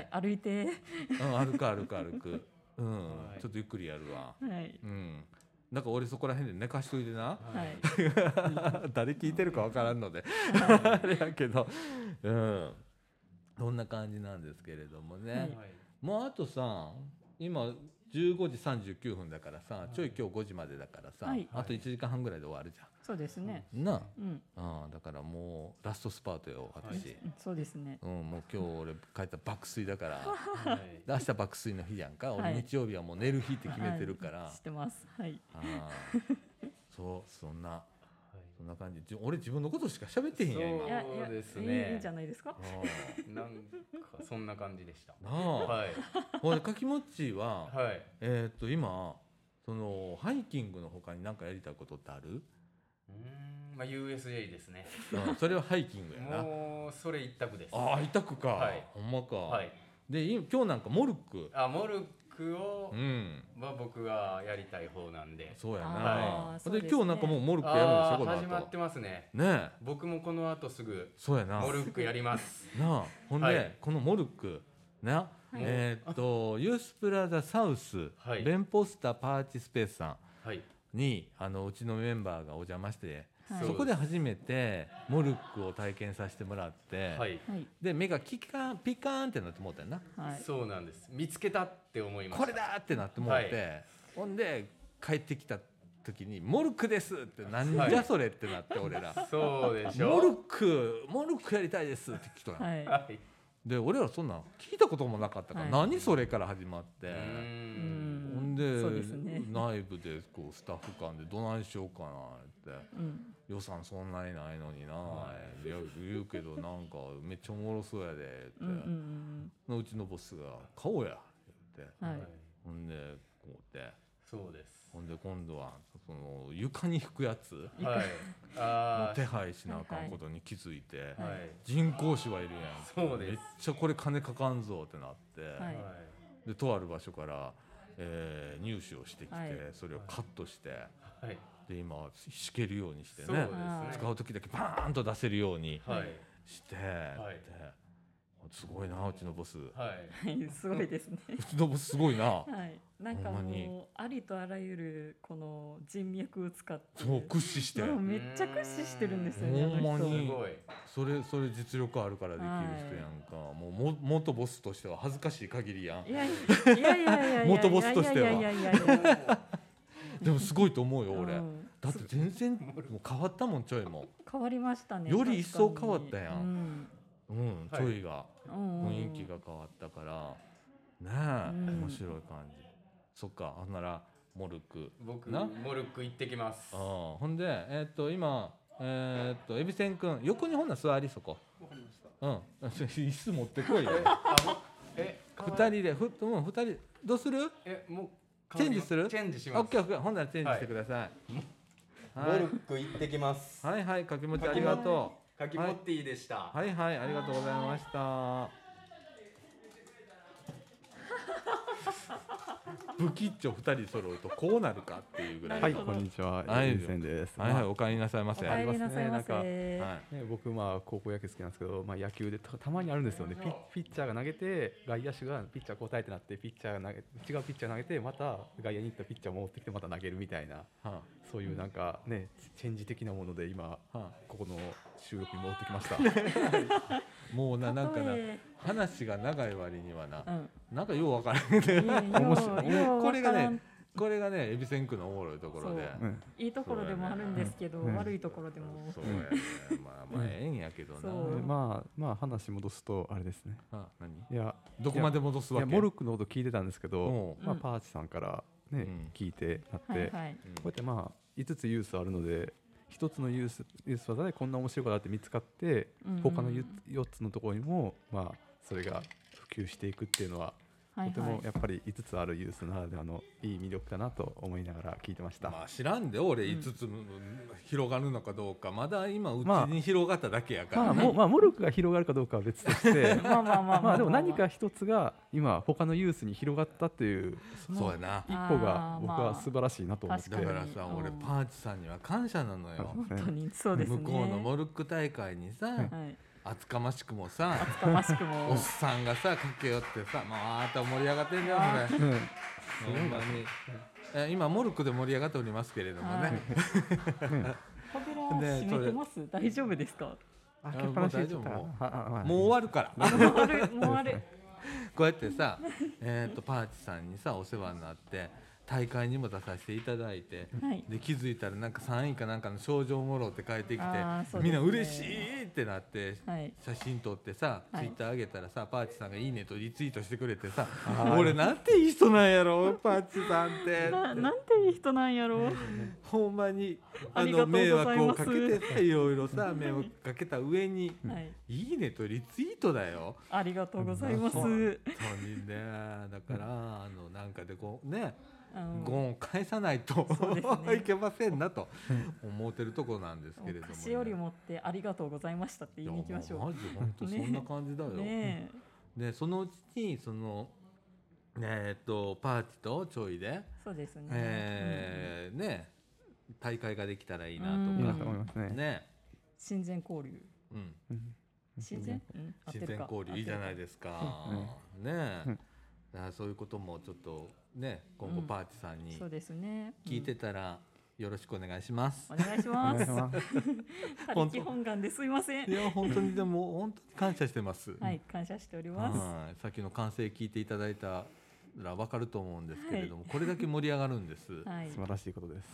歩いて、 歩く、ちょっとゆっくりやるわ。だから俺そこら辺で寝かしといてな。誰聞いてるかわからんのであれやけど、そんな感じなんですけれどもね。もうあとさ、今15時39分だからさ、ちょい今日5時までだからさ、あと1時間半ぐらいで終わるじゃん。 そうですね。 だからもうラストスパートよ私。 そうですね。 もう今日俺帰った爆睡だから、明日爆睡の日やんか。俺日曜日はもう寝る日って決めてるから。 知ってます。 そんな感じ。俺自分のことしか喋ってへんやん今。 そうですね。 いいじゃないですか。 なんかそんな感じでした。 ほらかきもっちは今そのハイキングの他に何かやりたいことってある ？USJ ですね。 それはハイキングやな。 もうそれ一択です。 一択か。ほんまか。で今日なんかモルック。 モルックを僕がやりたい方なんで。 そうやな。で今日なんかもうモルックやるんでしょこの後。 始まってますね。 ね。 僕もこの後すぐそうやな。 モルックやります。 なあ。ほんでこのモルックな。ユースプラザサウスベンポスタパーティスペースさんにうちのメンバーがお邪魔して、そこで初めてモルックを体験させてもらって、で目がピカーンってなって思ったよな。 そうなんです。見つけたって思いました。 これだってなって思って、ほんで帰ってきた時にモルックですってなんじゃそれってなって俺ら。 そうでしょ。 モルックやりたいですって聞いたの。で俺らそんな聞いたこともなかったから、何それから始まって、ほんで内部でこうスタッフ間でどないしようかなって、予算そんなにないのにな言うけどなんかめっちゃおもろそうやでってうちのボスが「買おうや」って言って、ほんでこうってそうです。 ほんで今度はその床に拭くやつも手配しなあかんことに気づいて、人工芝いるやん。めっちゃこれ金かかんぞってなって、でとある場所から入手をしてきて、それをカットして、で今敷けるようにしてね、使う時だけバーンと出せるようにして、すごいなうちのボス。 すごいですね。 うちのボスすごいな。 なんかもうありとあらゆるこの人脈を使って駆使してめっちゃ駆使してるんですよね。 ほんまにそれ実力あるからできる人やんか。もう元ボスとしては恥ずかしい限りやん。 いや元ボスとしては。でもすごいと思うよ俺。だって全然もう変わったもん。ちょいも変わりましたね。 より一層変わったやん。ちょいが雰囲気が変わったからね、面白い感じ。そっか。ほんならモルック僕モルック行ってきます。 ほんで今エビセン君横にほんなら座り。そこ椅子持ってこいよ。2人で2人どうする？ もうチェンジする？ チェンジします。 オッケー。ほんならチェンジしてください。 モルック行ってきます。 はい、かきもちありがとう。 かきもっティでした。 ありがとうございました。ブキッチョ2人揃うとこうなるかっていうぐらい。 こんにちは。エビセンです。 お帰りなさいませ。 お帰りなさいませ。 僕高校野球好きなんですけど、野球でたまにあるんですよね。ピッチャーが投げて外野手がピッチャー交代ってなって、ピッチャーが違うピッチャー投げてまた外野に行ったピッチャー持ってきてまた投げるみたいな、そういうなんかねチェンジ的なもので今ここの収録に戻ってきました。 もうなんかな話が長い割にはな、なんかよう分からへんね。これがね、恵比寿区のおもろいところで、 いいところでもあるんですけど、悪いところでもそうやね。まあええんやけどな。 まあ話戻すとあれですね。 何？ いやどこまで戻すわけ？ モルックのこと聞いてたんですけど、まあパーチさんからね聞いてなって、こうやってまあ5つユースあるので。一つのユース技でこんな面白いことあって見つかって、他の4つのところにもまあそれが普及していくっていうのはとてもやっぱり5つあるユースならではのいい魅力だなと思いながら聞いてました。 まあ知らんで俺5つ広がるのかどうか、まだ今うちに広がっただけやからね。 まあモルックが広がるかどうかは別としてまあでも何か一つが今他のユースに広がったっていうそうやな一歩が僕は素晴らしいなと思って。 だからさ、俺パーチさんには感謝なのよ。 本当にそうですね。 向こうのモルック大会にさ、厚かましくもさ、おっさんがさ駆け寄ってさ、まあ盛り上がってんだよそれ。今モルックで盛り上がっておりますけれどもね。 扉閉めてます？大丈夫ですか？ もう大丈夫、もう終わるから。もう終わる。こうやってさ、パーチさんにさお世話になって。大会にも出させていただいて、で気づいたらなんか3位かなんかの賞状もろって帰ってきて、みんな嬉しいってなって、写真撮ってさ、ツイッター上げたらさ、パーチさんがいいねとリツイートしてくれてさ、俺なんていい人なんやろパーチさんってなんていい人なんやろほんまに迷惑をかけてさ、いろいろさ迷惑かけた上に、いいねとリツイートだよ。 ありがとうございます。本当にね、だからなんかでこうね、ゴンを返さないといけませんなと思ってるところなんですけれども、 菓子より持ってありがとうございましたって言いに行きましょう。 マジ本当そんな感じだよ。でそのうちにそのパーチとちょいでそうですね。 ね大会ができたらいいなとかね。 親善交流。親善交流いいじゃないですか。ね。そういうこともちょっとね、今後パーチさんに聞いてたらよろしくお願いします。 お願いします。他力本願ですいません。 いや本当にでも本当に感謝してます。 はい、感謝しております。 さっきの歓声聞いていただいたらわかると思うんですけれども、これだけ盛り上がるんです。素晴らしいことです。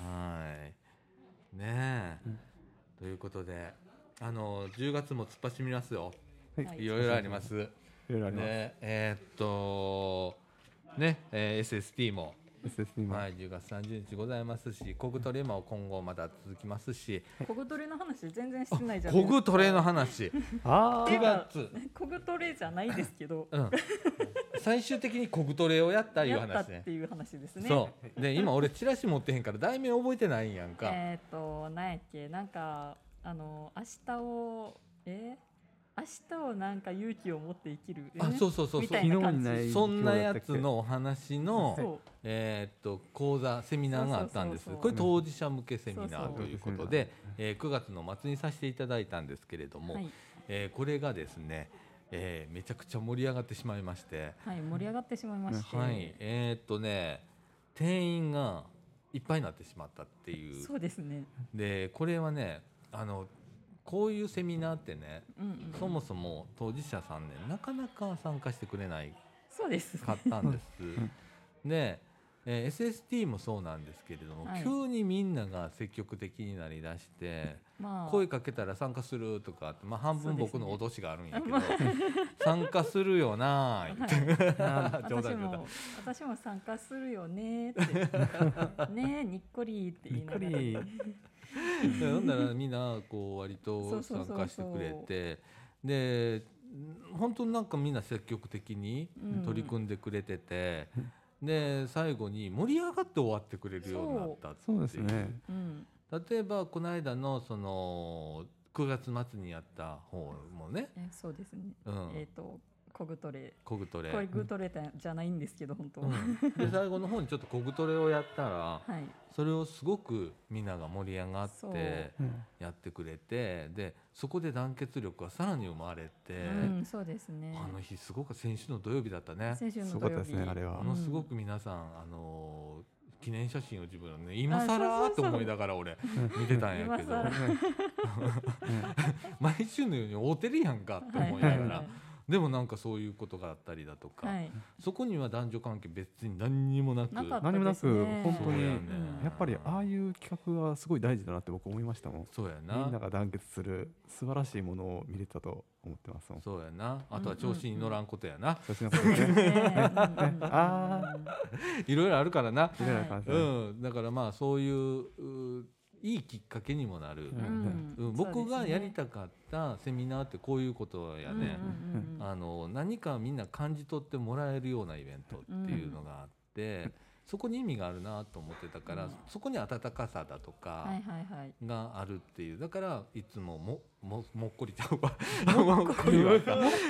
ねえ、ということで10月も突っ走りますよ。いろいろあります。ね、SST も10月30日ございますし、コグトレも今後まだ続きますし、 コグトレの話全然してないじゃないですか。 コグトレの話9月コグトレじゃないですけど、 最終的にコグトレをやったいう話ね。 やったっていう話ですね。 そうで今俺チラシ持ってへんから題名覚えてないんやんか。 なんやっけ、なんか明日をなんか勇気を持って生きる、 そうそんなやつのお話の講座セミナーがあったんです。これ当事者向けセミナーということで9月の末にさせていただいたんですけれども、これがですねめちゃくちゃ盛り上がってしまいまして、 盛り上がってしまいまして、 定員がいっぱいになってしまったっていう。 そうですね。 でこれはねこういうセミナーってね、そもそも当事者さんねなかなか参加してくれないかったんです。で、SST もそうなんですけれども、急にみんなが積極的になりだして、声かけたら参加するとかって、半分僕の脅しがあるんやけど、参加するよなー私も参加するよねってね、にっこりって言いながらなんだらみんなこう割と参加してくれて、で本当なんかみんな積極的に取り組んでくれてて、で最後に盛り上がって終わってくれるようになったっていう。 そうですね。 例えばこの間のその9月末にやった方もね、 そうですね。コグトレじゃないんですけど本当、 で最後の方にちょっとコグトレをやったら、それをすごくみんなが盛り上がってやってくれて、でそこで団結力がさらに生まれて、 そうですね。 あの日すごく先週の土曜日だったね。 先週の土曜日、 あれはすごく皆さん記念写真を自分のね今更と思いながら俺見てたんやけど毎週のように会うてるやんかって思いながらでもなんかそういうことがあったりだとか、そこには男女関係別に何にもなく、 何もなく本当にやっぱりああいう企画はすごい大事だなって僕思いましたもん。 そうやな、 みんなが団結する素晴らしいものを見れたと思ってますもん。 そうやな、あとは調子に乗らんことやな、 調子に乗らんことねいろいろあるからな、だからまあそういういいきっかけにもなる、僕がやりたかったセミナーってこういうことやね、何かみんな感じ取ってもらえるようなイベントっていうのがあって、そこに意味があるなと思ってたから、そこに温かさだとかがあるっていう、だからいつももっこりちゃうわもっこりは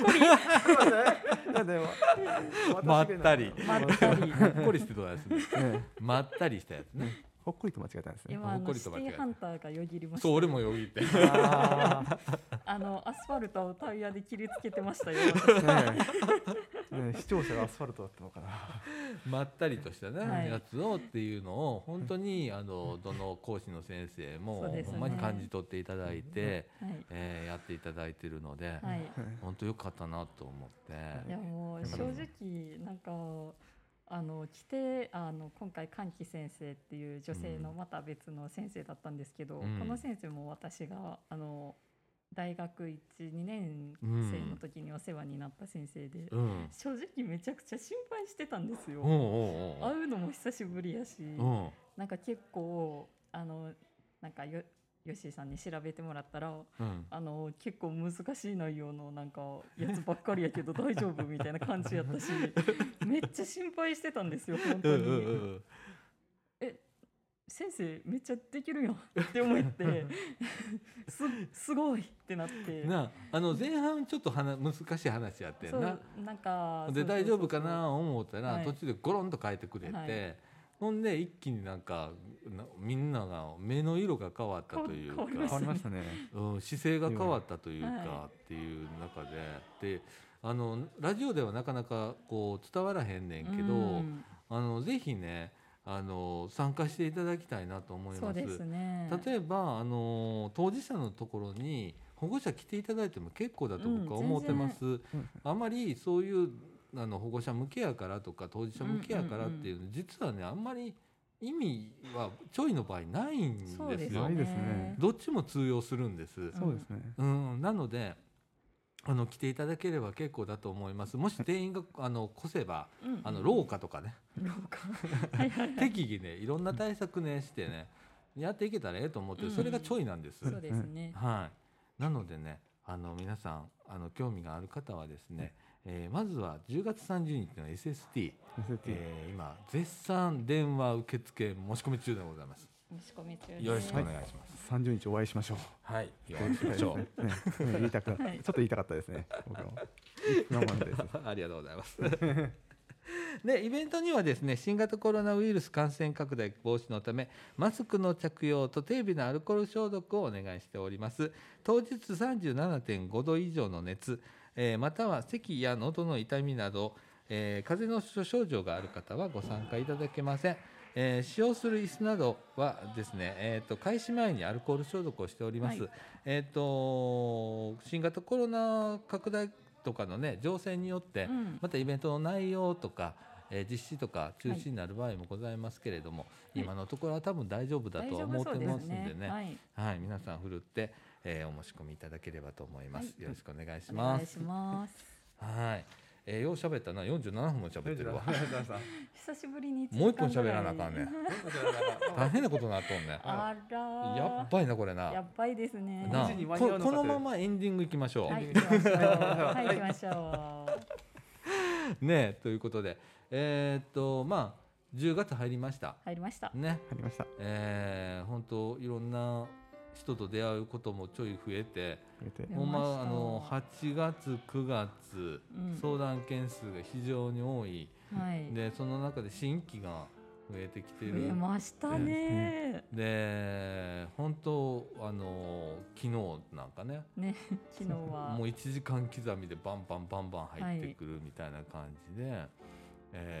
まったりもっこりしてどうやつね、まったりしたやつね、 ほっこりと間違えたんですね。 今シティハンターがよぎりました。 そう俺もよぎってアスファルトをタイヤで切りつけてましたよ視聴者がアスファルトだったのかなまったりとしたね、やつをっていうのを本当にどの講師の先生もほんまに感じ取っていただいて、やっていただいてるので、本当良かったなと思って。 いやもう正直なんか来て今回歓喜先生っていう女性のまた別の先生だったんですけど、この先生も私が大学 1,2 年生の時にお世話になった先生で、正直めちゃくちゃ心配してたんですよ。会うのも久しぶりやし、なんか結構なんかヨッシーさんに調べてもらったら、結構難しい内容のなんかやつばっかりやけど大丈夫みたいな感じやったしめっちゃ心配してたんですよ本当に。先生めっちゃできるやんって思ってすごいってなってな、前半ちょっと難しい話やってんな。 なんかで大丈夫かな思ったら、途中でゴロンと変えてくれて、ほんで一気になんかみんなが目の色が変わったというか、 変わりましたね、 姿勢が変わったというかっていう中で、ラジオではなかなかこう伝わらへんねんけど、ぜひね参加していただきたいなと思います。 そうですね、 例えば当事者のところに保護者来ていただいても結構だと僕は思ってます。あまりそういう保護者向けやからとか当事者向けやからっていうの、実はねあんまり意味はちょいの場合ないんですよ。 ないですね。 どっちも通用するんです。 そうですね。 なので来ていただければ結構だと思います。もし定員が越せば廊下とかね適宜ねいろんな対策ねしてねやっていけたらええと思って、それがちょいなんです。 そうですね。 はい。なのでね皆さん興味がある方はですね、まずは10月30日の SST、今絶賛電話受付申し込み中でございます。 申し込み中です。 よろしくお願いします。 30日お会いしましょう。 はい。お会いしましょう。 言いたくちょっと言いたかったですね。僕もありがとうございます。でイベントにはですね、新型コロナウイルス感染拡大防止のためマスクの着用と手指のアルコール消毒をお願いしております。当日 37.5 度以上の熱、または咳や喉の痛みなど、風邪の症状がある方はご参加いただけません。使用する椅子などはですね、開始前にアルコール消毒をしております。新型コロナ拡大とかのね情勢によって、またイベントの内容とか、実施とか中止になる場合もございますけれども、今のところは多分大丈夫だとは思ってますんでね、はい、皆さんふるって、お申し込みいただければと思います。よろしくお願いします。はい。よう喋ったな、47分も喋ってるわ。 久しぶりにもう一本喋らなあかんね。大変なことになっとんね。 あらやっばいなこれな。 やっばいですね。 このままエンディングいきましょう。 はい、行きましょう。はい、行きましょう。ね、ということで、まあ10月入りました。 入りました。 ね、 入りました。 本当いろんな人と出会うこともちょい増えて、ほんま8月9月、相談件数が非常に多い、でその中で新規が増えてきてる。 増えましたね。 で本当昨日なんかね昨日はもう1時間刻みでバンバン入ってくるみたいな感じで、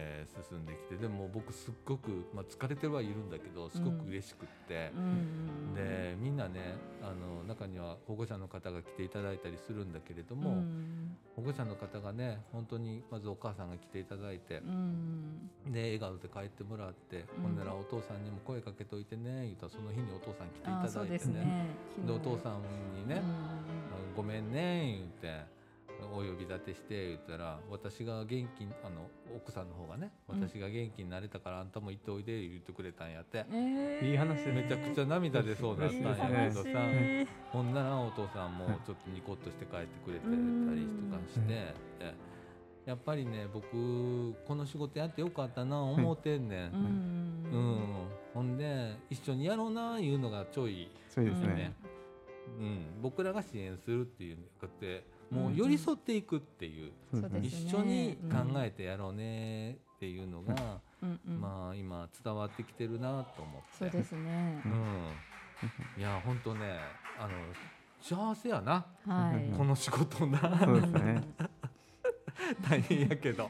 進んできて、でも僕すっごく、疲れてはいるんだけどすごく嬉しくって、 でみんなね中には保護者の方が来ていただいたりするんだけれども、保護者の方がね本当にまずお母さんが来ていただいて、で笑顔で帰ってもらって、ほんならお父さんにも声かけといてね言うたら、その日にお父さん来ていただいてね、でお父さんにね、ごめんね言うてお呼び立てして言ったら、私が元気奥さんの方がね、私が元気になれたからあんたも行っておいで言ってくれたんやって、 いい話でめちゃくちゃ涙出そうだったんやけどさ、ほんならお父さんもちょっとニコッとして帰ってくれてたりとかして、やっぱりね僕この仕事やってよかったな思うてんねん、ほんで一緒にやろうないうのがちょいそうですね、 僕らが支援するっていうのってもう寄り添っていくっていう、一緒に考えてやろうねっていうのが、まあ今伝わってきてるなと思って。 そうですね、 いや本当ね幸せやな、この仕事な。 そうですね大変やけど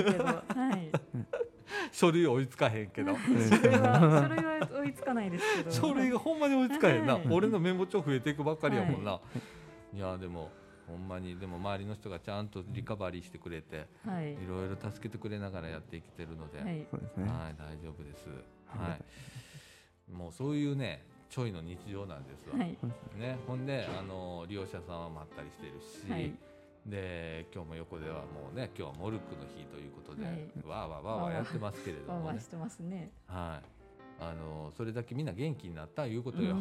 はい書類追いつかへんけど書類は追いつかないですけど、 書類がほんまに追いつかへんな、俺のメモ帳増えていくばっかりやもんな、いやでもほんまにでも周りの人がちゃんとリカバリーしてくれて、いろいろ助けてくれながらやってきてるので、大丈夫です、もうそういうねちょいの日常なんですわ、ね、ほんで利用者さんはまったりしてるし、で今日も横ではもうね今日はモルックの日ということで、わーわーわーわーやってますけれどもね、 してますね、 それだけみんな元気になったいうことよ。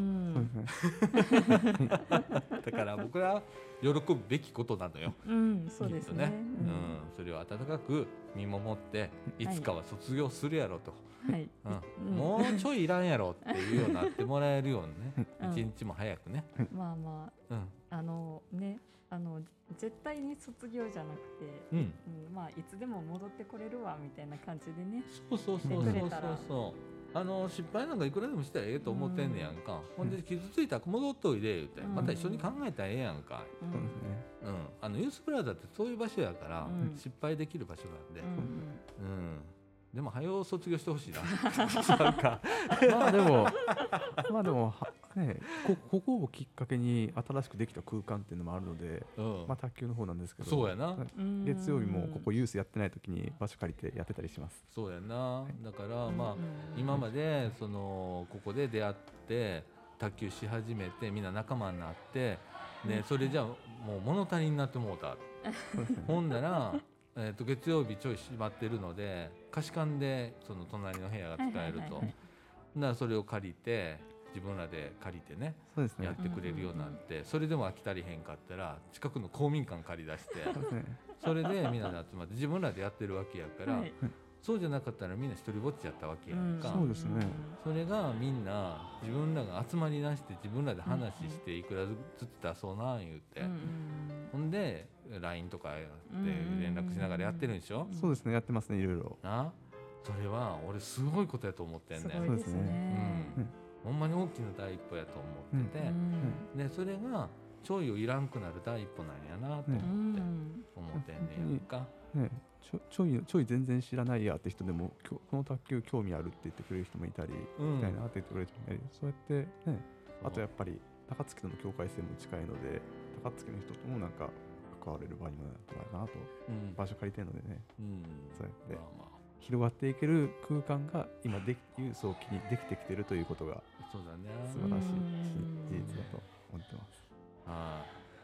だから僕ら喜ぶべきことなのよ。 そうですね。 それを温かく見守っていつかは卒業するやろと、もうちょいいらんやろっていうようになってもらえるようにね、一日も早くね。 まあまあ、ね絶対に卒業じゃなくて、まあいつでも戻ってこれるわみたいな感じでね。 そう失敗なんかいくらでもしたらええと思ってんねやんか、ほんで傷ついたら戻っといで言うて、また一緒に考えたらええやんか、ユースプラザってそういう場所やから、失敗できる場所なんで、でも早う卒業してほしいなまあでもね、ここをきっかけに新しくできた空間っていうのもあるので、卓球の方なんですけど、 そうやな、 月曜日もここユースやってない時に場所借りてやってたりします。 そうやな、だからまあ今までここで出会って卓球し始めてみんな仲間になって、でそれじゃもう物足りになってもうたほんなら月曜日ちょい閉まってるので貸し館でその隣の部屋が使えると、だからそれを借りて自分らで借りてね、やってくれるようになって、それでも飽きたりへんかったら近くの公民館借り出してそれでみんなで集まって自分らでやってるわけやから、そうじゃなかったらみんな一人ぼっちやったわけやんか、 そうですね。 それがみんな自分らが集まりだして自分らで話していくらずつ出そうな言うて、ほんで LINE とかやって連絡しながらやってるんでしょ。 そうですね、やってますね、いろいろな。それは俺すごいことやと思ってんねん。 そうですね、 ほんまに大きな第一歩やと思ってて、でそれがちょいをいらんくなる第一歩なんやなと思ってんねんやんか。 ちょい全然知らないやって人でもこの卓球興味あるって言ってくれる人もいたり、みたいなって言ってくれる人もいたり、そうやってね、あとやっぱり高槻との境界線も近いので高槻の人ともなんか関われる場にもなるんじゃないかなと、場所借りてるのでね、そうやって広がっていける空間が今いう早期にできてきてるということが素晴らしい事実だと思ってます。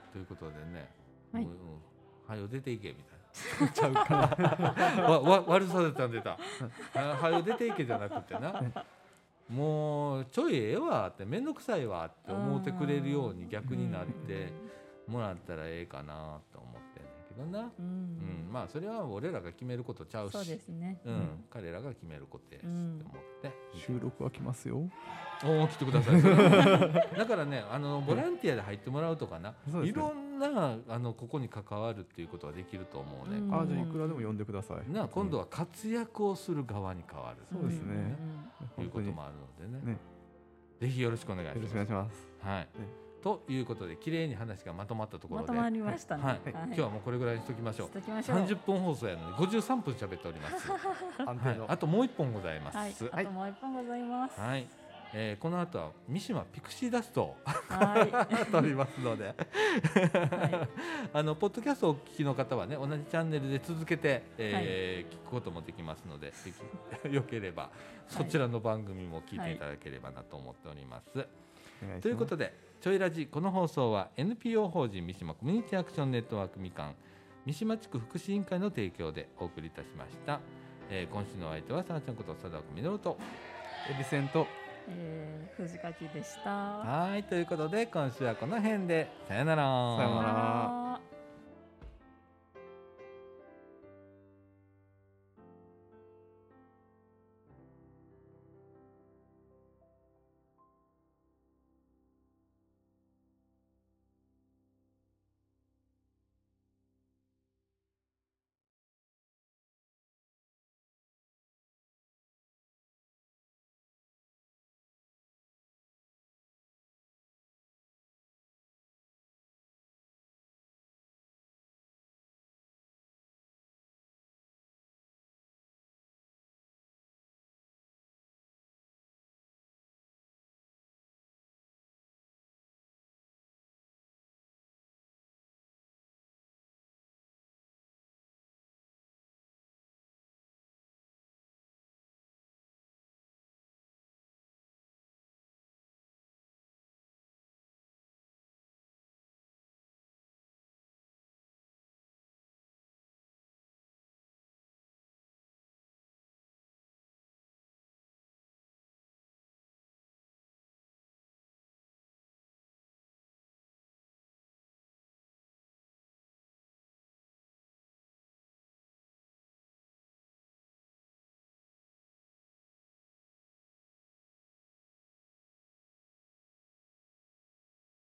ということでね、はよ出ていけみたいなちゃうか悪さだったん出たはよ出ていけじゃなくてな、もうちょいええわってめんどくさいわって思ってくれるように逆になってもらったらええかなと思ってんねんけどな、まあそれは俺らが決めることちゃうし、 そうですね、 彼らが決めることやしって思って収録は来ますよ。 来てくださいだからねボランティアで入ってもらうとかな、いろんなここに関わるっていうことができると思うね。 じゃあいくらでも呼んでくださいな。今度は活躍をする側に変わる、 そうですね、 いうこともあるのでね、ぜひよろしくお願いします。 よろしくお願いします。 はい、ということで綺麗に話がまとまったところでまとまりましたね。 今日はもうこれぐらいにしときましょう。30分放送やのに53分喋っております。あともう1本ございます。 あともう1本ございます。 この後は三島ピクシーダストを撮りますので、はい、ポッドキャストをお聞きの方はね、同じチャンネルで続けて、聞くこともできますので、よければそちらの番組も聞いていただければなと思っております、ということでちょいラジ、この放送は NPO 法人三島コミュニティアクションネットワークみかん三島地区福祉委員会の提供でお送りいたしました。今週のお相手はさなちゃんこと佐田みのるとエビセンと、 藤垣でした。 はい、ということで今週はこの辺でさよなら。 さよなら。